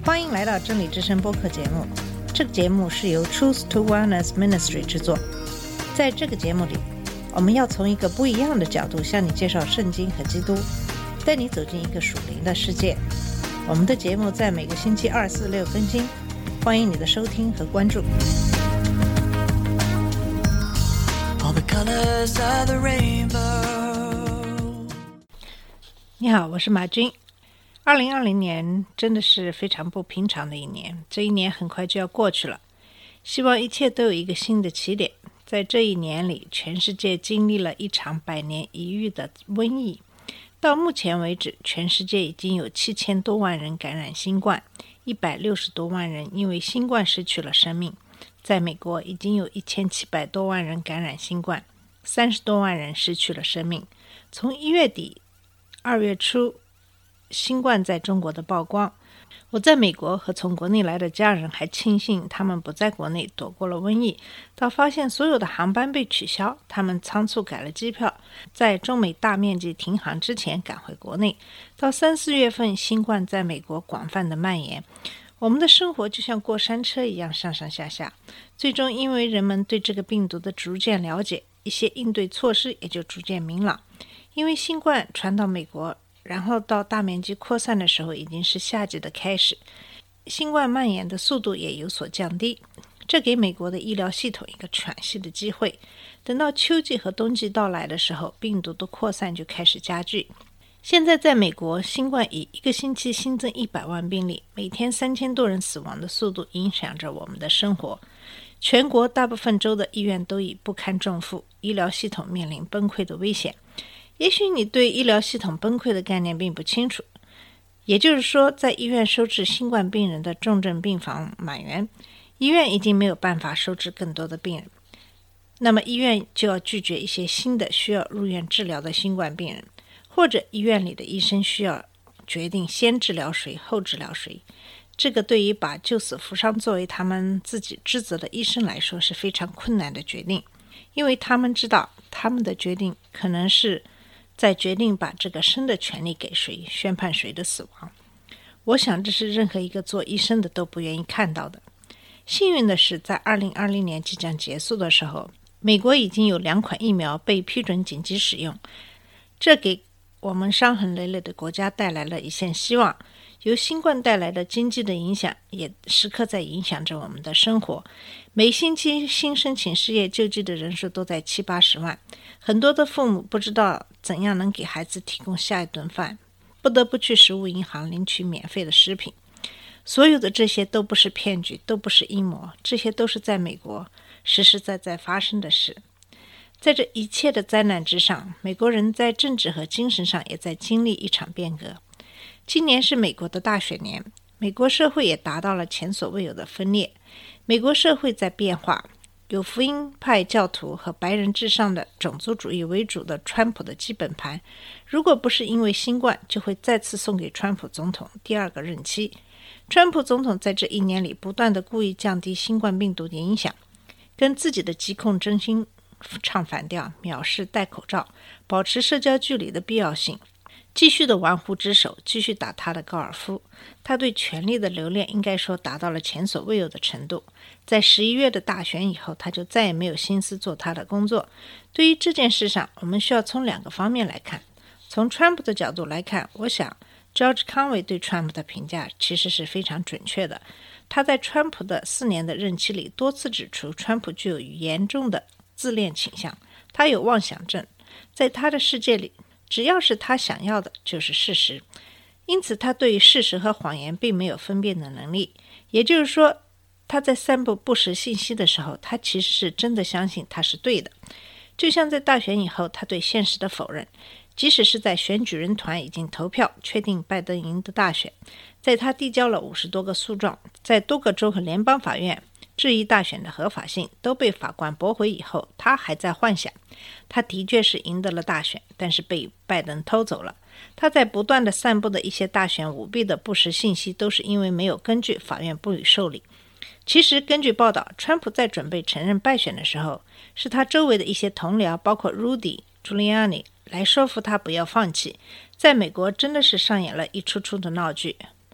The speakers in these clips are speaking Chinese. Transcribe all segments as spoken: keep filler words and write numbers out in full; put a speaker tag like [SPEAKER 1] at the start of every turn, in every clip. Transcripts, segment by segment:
[SPEAKER 1] 欢迎来到真理之声播客节目。这个节目是由 Truth to Wellness Ministry 制作。在这个节目里，我们要从一个不一样的角度向你介绍圣经和基督，带你走进一个属灵的世界。我们的节目在每个星期二、四、六更新，欢迎你的收听和关注。All the colors of the rainbow。 你好，我是马军。二零二零年真的是非常不平常的一年，这一年很快就要过去了，希望一切都有一个新的起点。在这一年里，全世界经历了一场百年一遇的瘟疫，到目前为止，全世界已经有七千多万人感染新冠，一百六十多万人因为新冠失去了生命。在美国，已经有一千七百多万人感染新冠，三十多万人失去了生命。从一月底、二月初，新冠在中国的曝光，我在美国和从国内来的家人还庆幸他们不在国内躲过了瘟疫，到发现所有的航班被取消，他们仓促改了机票，在中美大面积停航之前赶回国内，到三四月份新冠在美国广泛的蔓延，我们的生活就像过山车一样上上下下，最终因为人们对这个病毒的逐渐了解，一些应对措施也就逐渐明朗。因为新冠传到美国，然后到大面积扩散的时候已经是夏季的开始，新冠蔓延的速度也有所降低，这给美国的医疗系统一个喘息的机会。等到秋季和冬季到来的时候，病毒的扩散就开始加剧。现在在美国，新冠以一个星期新增一百万病例，每天三千多人死亡的速度影响着我们的生活。全国大部分州的医院都已不堪重负，医疗系统面临崩溃的危险。也许你对医疗系统崩溃的概念并不清楚，也就是说，在医院收治新冠病人的重症病房满员，医院已经没有办法收治更多的病人，那么医院就要拒绝一些新的需要入院治疗的新冠病人，或者医院里的医生需要决定先治疗谁后治疗谁。这个对于把救死扶伤作为他们自己职责的医生来说是非常困难的决定，因为他们知道他们的决定可能是在决定把这个生的权利给谁，宣判谁的死亡。我想这是任何一个做医生的都不愿意看到的。幸运的是，在二零二零年即将结束的时候，美国已经有两款疫苗被批准紧急使用，这给我们伤痕累累的国家带来了一线希望。由新冠带来的经济的影响也时刻在影响着我们的生活，每星期新申请失业救济的人数都在七八十万，很多的父母不知道怎样能给孩子提供下一顿饭，不得不去食物银行领取免费的食品。所有的这些都不是骗局，都不是阴谋，这些都是在美国实实在在发生的事。在这一切的灾难之上，美国人在政治和精神上也在经历一场变革。今年是美国的大选年，美国社会也达到了前所未有的分裂。美国社会在变化，有福音派教徒和白人至上的种族主义为主的川普的基本盘，如果不是因为新冠，就会再次送给川普总统第二个任期。川普总统在这一年里不断地故意降低新冠病毒的影响，跟自己的疾控真心唱反调，藐视戴口罩，保持社交距离的必要性，继续的玩忽职守，继续打他的高尔夫。他对权力的留恋应该说达到了前所未有的程度。在十一月的大选以后，他就再也没有心思做他的工作。对于这件事上，我们需要从两个方面来看。从川普的角度来看，我想 George Conway 对川普的评价其实是非常准确的。他在川普的四年的任期里多次指出，川普具有严重的自恋倾向，他有妄想症，在他的世界里，只要是他想要的就是事实，因此他对于事实和谎言并没有分辨的能力。也就是说，他在散布不实信息的时候，他其实是真的相信他是对的。就像在大选以后，他对现实的否认，即使是在选举人团已经投票确定拜登赢得大选，在他递交了五十多个诉状，在多个州和联邦法院质疑大选的合法性都被法官驳回以后，他还在幻想他的确是赢得了大选，但是被拜登偷走了。他在不断的散布的一些大选舞弊的不实信息，都是因为没有根据，法院不予受理。其实根据报道，川普在准备承认败选的时候，是他周围的一些同僚，包括 Rudy、Giuliani 来说服他不要放弃。在美国真的是上演了一出出的闹剧。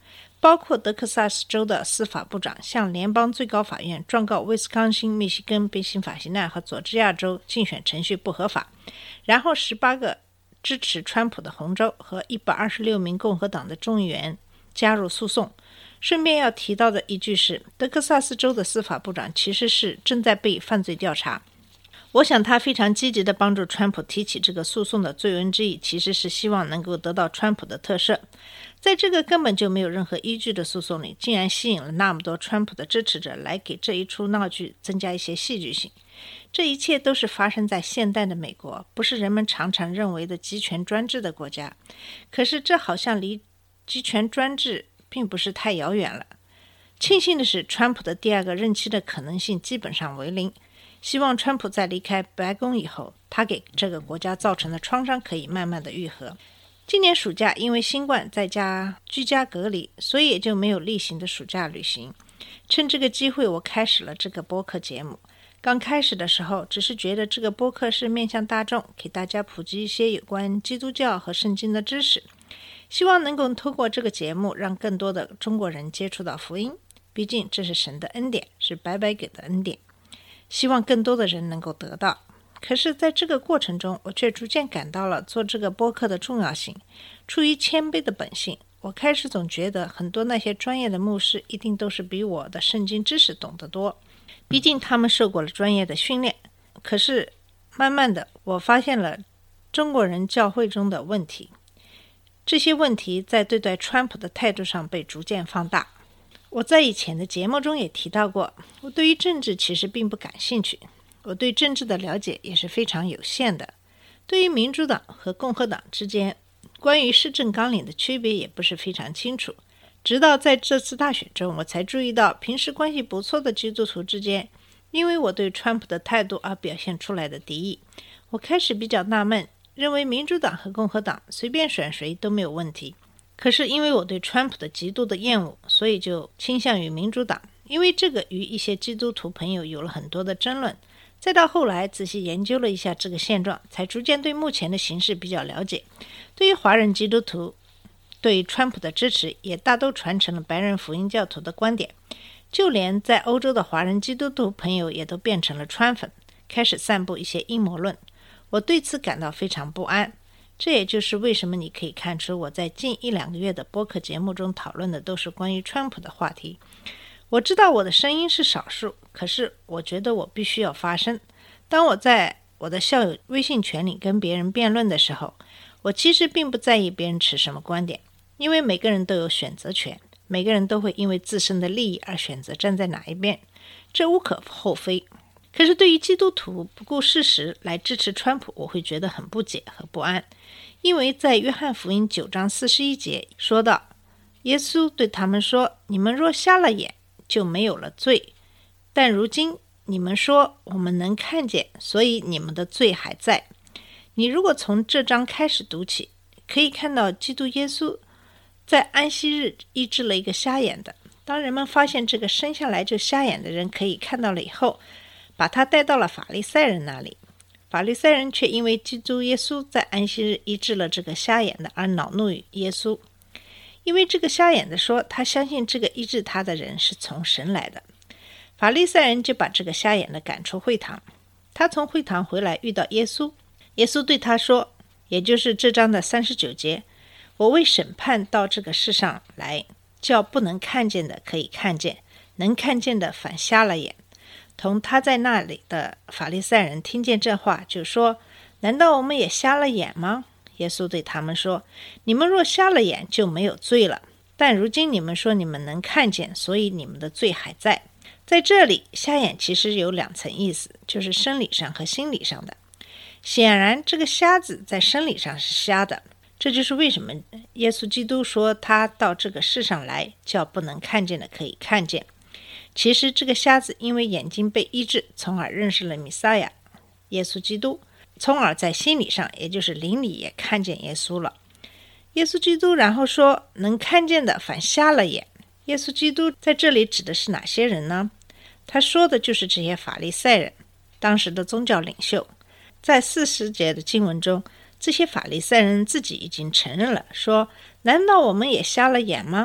[SPEAKER 1] 包括德克萨斯州的司法部长向联邦最高法院状告威斯康星、密西根、宾夕法尼亚和佐治亚州竞选程序不合法，然后十八个支持川普的红州和一百二十六名共和党的众议员加入诉讼。顺便要提到的一句是，德克萨斯州的司法部长其实是正在被犯罪调查。我想他非常积极地帮助川普提起这个诉讼的罪文之意，其实是希望能够得到川普的特赦。在这个根本就没有任何依据的诉讼里，竟然吸引了那么多川普的支持者来给这一出闹剧增加一些戏剧性。这一切都是发生在现代的美国，不是人们常常认为的集权专制的国家。可是这好像离集权专制并不是太遥远了。庆幸的是，川普的第二个任期的可能性基本上为零。希望川普在离开白宫以后，他给这个国家造成的创伤可以慢慢的愈合。今年暑假因为新冠在家居家隔离，所以也就没有例行的暑假旅行。趁这个机会，我开始了这个播客节目。刚开始的时候，只是觉得这个播客是面向大众，给大家普及一些有关基督教和圣经的知识，希望能够透过这个节目让更多的中国人接触到福音。毕竟这是神的恩典，是白白给的恩典，希望更多的人能够得到。可是在这个过程中，我却逐渐感到了做这个播客的重要性。出于谦卑的本性，我开始总觉得很多那些专业的牧师一定都是比我的圣经知识懂得多，毕竟他们受过了专业的训练。可是慢慢的，我发现了中国人教会中的问题，这些问题在对待川普的态度上被逐渐放大。我在以前的节目中也提到过，我对于政治其实并不感兴趣，我对政治的了解也是非常有限的。对于民主党和共和党之间关于施政纲领的区别也不是非常清楚，直到在这次大选中，我才注意到平时关系不错的基督徒之间因为我对川普的态度而表现出来的敌意。我开始比较纳闷，认为民主党和共和党随便选谁都没有问题，可是因为我对川普的极度的厌恶，所以就倾向于民主党。因为这个与一些基督徒朋友有了很多的争论，再到后来仔细研究了一下这个现状，才逐渐对目前的形势比较了解。对于华人基督徒对川普的支持也大都传承了白人福音教徒的观点，就连在欧洲的华人基督徒朋友也都变成了川粉，开始散布一些阴谋论。我对此感到非常不安，这也就是为什么你可以看出我在近一两个月的播客节目中讨论的都是关于川普的话题。我知道我的声音是少数，可是我觉得我必须要发声。当我在我的校友微信群里跟别人辩论的时候，我其实并不在意别人持什么观点，因为每个人都有选择权，每个人都会因为自身的利益而选择站在哪一边，这无可厚非。可是对于基督徒不顾事实来支持川普，我会觉得很不解和不安。因为在约翰福音九章四十一节说到，耶稣对他们说，你们若瞎了眼就没有了罪，但如今你们说我们能看见，所以你们的罪还在。你如果从这章开始读起，可以看到基督耶稣在安息日医治了一个瞎眼的。当人们发现这个生下来就瞎眼的人可以看到了以后，把他带到了法利赛人那里。法利赛人却因为基督耶稣在安息日医治了这个瞎眼的而恼怒于耶稣，因为这个瞎眼的说他相信这个医治他的人是从神来的。法利赛人就把这个瞎眼的赶出会堂。他从会堂回来遇到耶稣，耶稣对他说，也就是这章的三十九节，我为审判到这个世上来，叫不能看见的可以看见，能看见的反瞎了眼。同他在那里的法利赛人听见这话，就说，难道我们也瞎了眼吗？耶稣对他们说，你们若瞎了眼就没有罪了，但如今你们说你们能看见，所以你们的罪还在。在这里，瞎眼其实有两层意思，就是生理上和心理上的。显然这个瞎子在生理上是瞎的，这就是为什么耶稣基督说他到这个世上来，叫不能看见的可以看见。其实这个瞎子因为眼睛被医治，从而认识了弥撒亚耶稣基督，从而在心理上也就是灵里也看见耶稣了。耶稣基督然后说，能看见的反瞎了眼。耶稣基督在这里指的是哪些人呢？他说的就是这些法利赛人，当时的宗教领袖。在四十节的经文中，这些法利赛人自己已经承认了，说，难道我们也瞎了眼吗？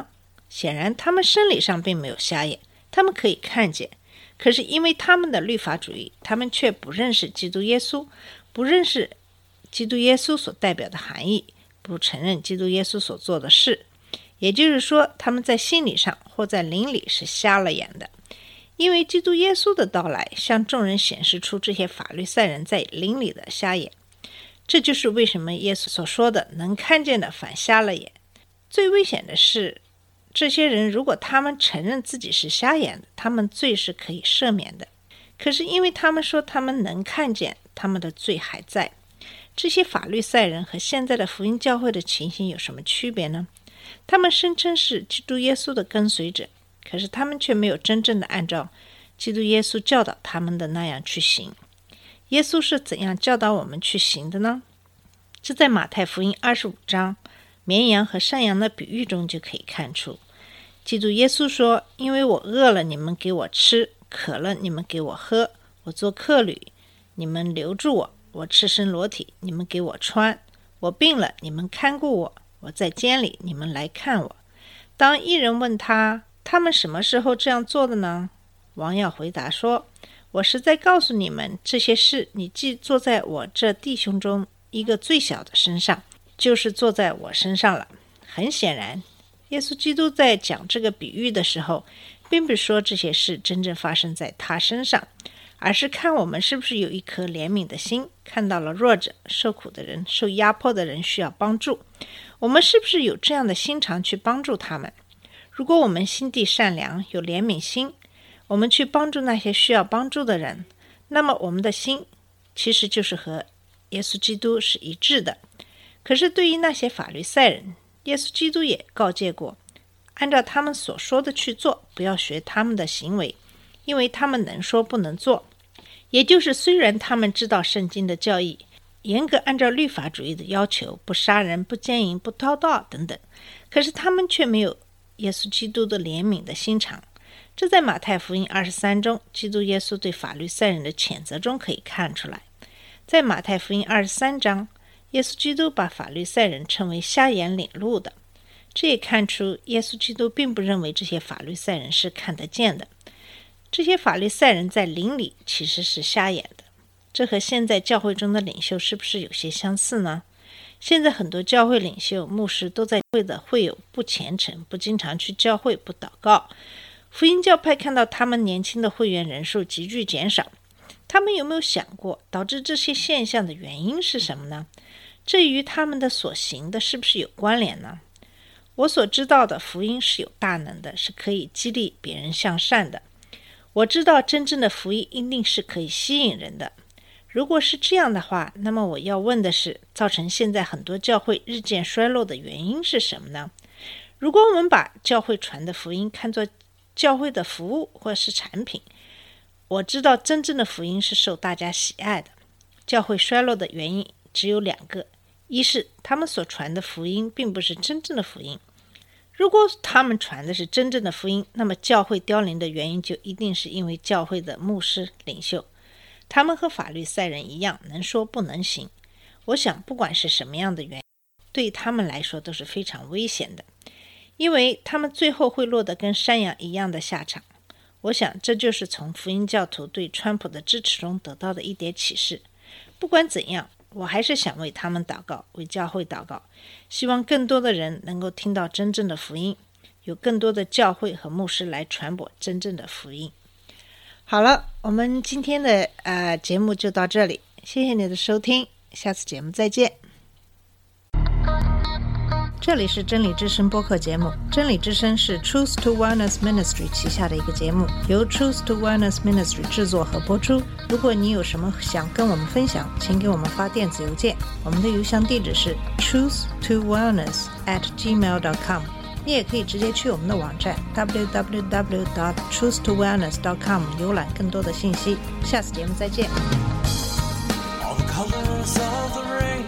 [SPEAKER 1] 显然他们生理上并没有瞎眼，他们可以看见，可是因为他们的律法主义，他们却不认识基督耶稣，不认识基督耶稣所代表的含义，不承认基督耶稣所做的事。也就是说，他们在心理上或在灵里是瞎了眼的。因为基督耶稣的到来，向众人显示出这些法律赛人在灵里的瞎眼。这就是为什么耶稣所说的能看见的反瞎了眼。最危险的是，这些人如果他们承认自己是瞎眼的，他们罪是可以赦免的。可是因为他们说他们能看见，他们的罪还在。这些法律赛人和现在的福音教会的情形有什么区别呢？他们声称是基督耶稣的跟随者，可是他们却没有真正的按照基督耶稣教导他们的那样去行。耶稣是怎样教导我们去行的呢？这在马太福音二十五章绵羊和山羊的比喻中就可以看出。基督耶稣说，因为我饿了，你们给我吃；渴了，你们给我喝；我做客旅，你们留住我；我赤身裸体，你们给我穿；我病了，你们看顾我；我在监里，你们来看我。当一人问他，他们什么时候这样做的呢？王要回答说，我实在告诉你们，这些事你既做在我这弟兄中一个最小的身上，就是做在我身上了。很显然，耶稣基督在讲这个比喻的时候，并不是说这些事真正发生在他身上，而是看我们是不是有一颗怜悯的心，看到了弱者、受苦的人、受压迫的人需要帮助，我们是不是有这样的心肠去帮助他们。如果我们心地善良，有怜悯心，我们去帮助那些需要帮助的人，那么我们的心其实就是和耶稣基督是一致的。可是对于那些法律赛人，耶稣基督也告诫过，按照他们所说的去做，不要学他们的行为，因为他们能说不能做。也就是虽然他们知道圣经的教义，严格按照律法主义的要求，不杀人、不奸淫、不偷盗等等，可是他们却没有耶稣基督的怜悯的心肠。这在马太福音二十三中，基督耶稣对法律赛人的谴责中可以看出来。在马太福音二十三章，耶稣基督把法律赛人称为瞎眼领路的，这也看出耶稣基督并不认为这些法律赛人是看得见的。这些法律赛人在灵里其实是瞎眼的。这和现在教会中的领袖是不是有些相似呢？现在很多教会领袖、牧师都在会的会友不虔诚，不经常去教会，不祷告。福音教派看到他们年轻的会员人数急剧减少，他们有没有想过导致这些现象的原因是什么呢？这与他们的所行的是不是有关联呢？我所知道的福音是有大能的，是可以激励别人向善的。我知道真正的福音一定是可以吸引人的。如果是这样的话，那么我要问的是，造成现在很多教会日渐衰落的原因是什么呢？如果我们把教会传的福音看作教会的服务或是产品，我知道真正的福音是受大家喜爱的。教会衰落的原因只有两个，一是他们所传的福音并不是真正的福音。如果他们传的是真正的福音，那么教会凋零的原因就一定是因为教会的牧师领袖，他们和法律赛人一样，能说不能行。我想不管是什么样的原因，对他们来说都是非常危险的，因为他们最后会落得跟山羊一样的下场。我想这就是从福音教徒对川普的支持中得到的一点启示。不管怎样，我还是想为他们祷告，为教会祷告，希望更多的人能够听到真正的福音，有更多的教会和牧师来传播真正的福音。好了，我们今天的呃节目就到这里，谢谢你的收听，下次节目再见。这里是真理之声播客节目，真理之声是 Truth to Wellness Ministry 旗下的一个节目，由 Truth to Wellness Ministry 制作和播出。如果你有什么想跟我们分享，请给我们发电子邮件，我们的邮箱地址是 truth to wellness at gmail dot com。 你也可以直接去我们的网站 double-u double-u double-u dot truth to wellness dot com 浏览更多的信息。下次节目再见。All the colors of the rain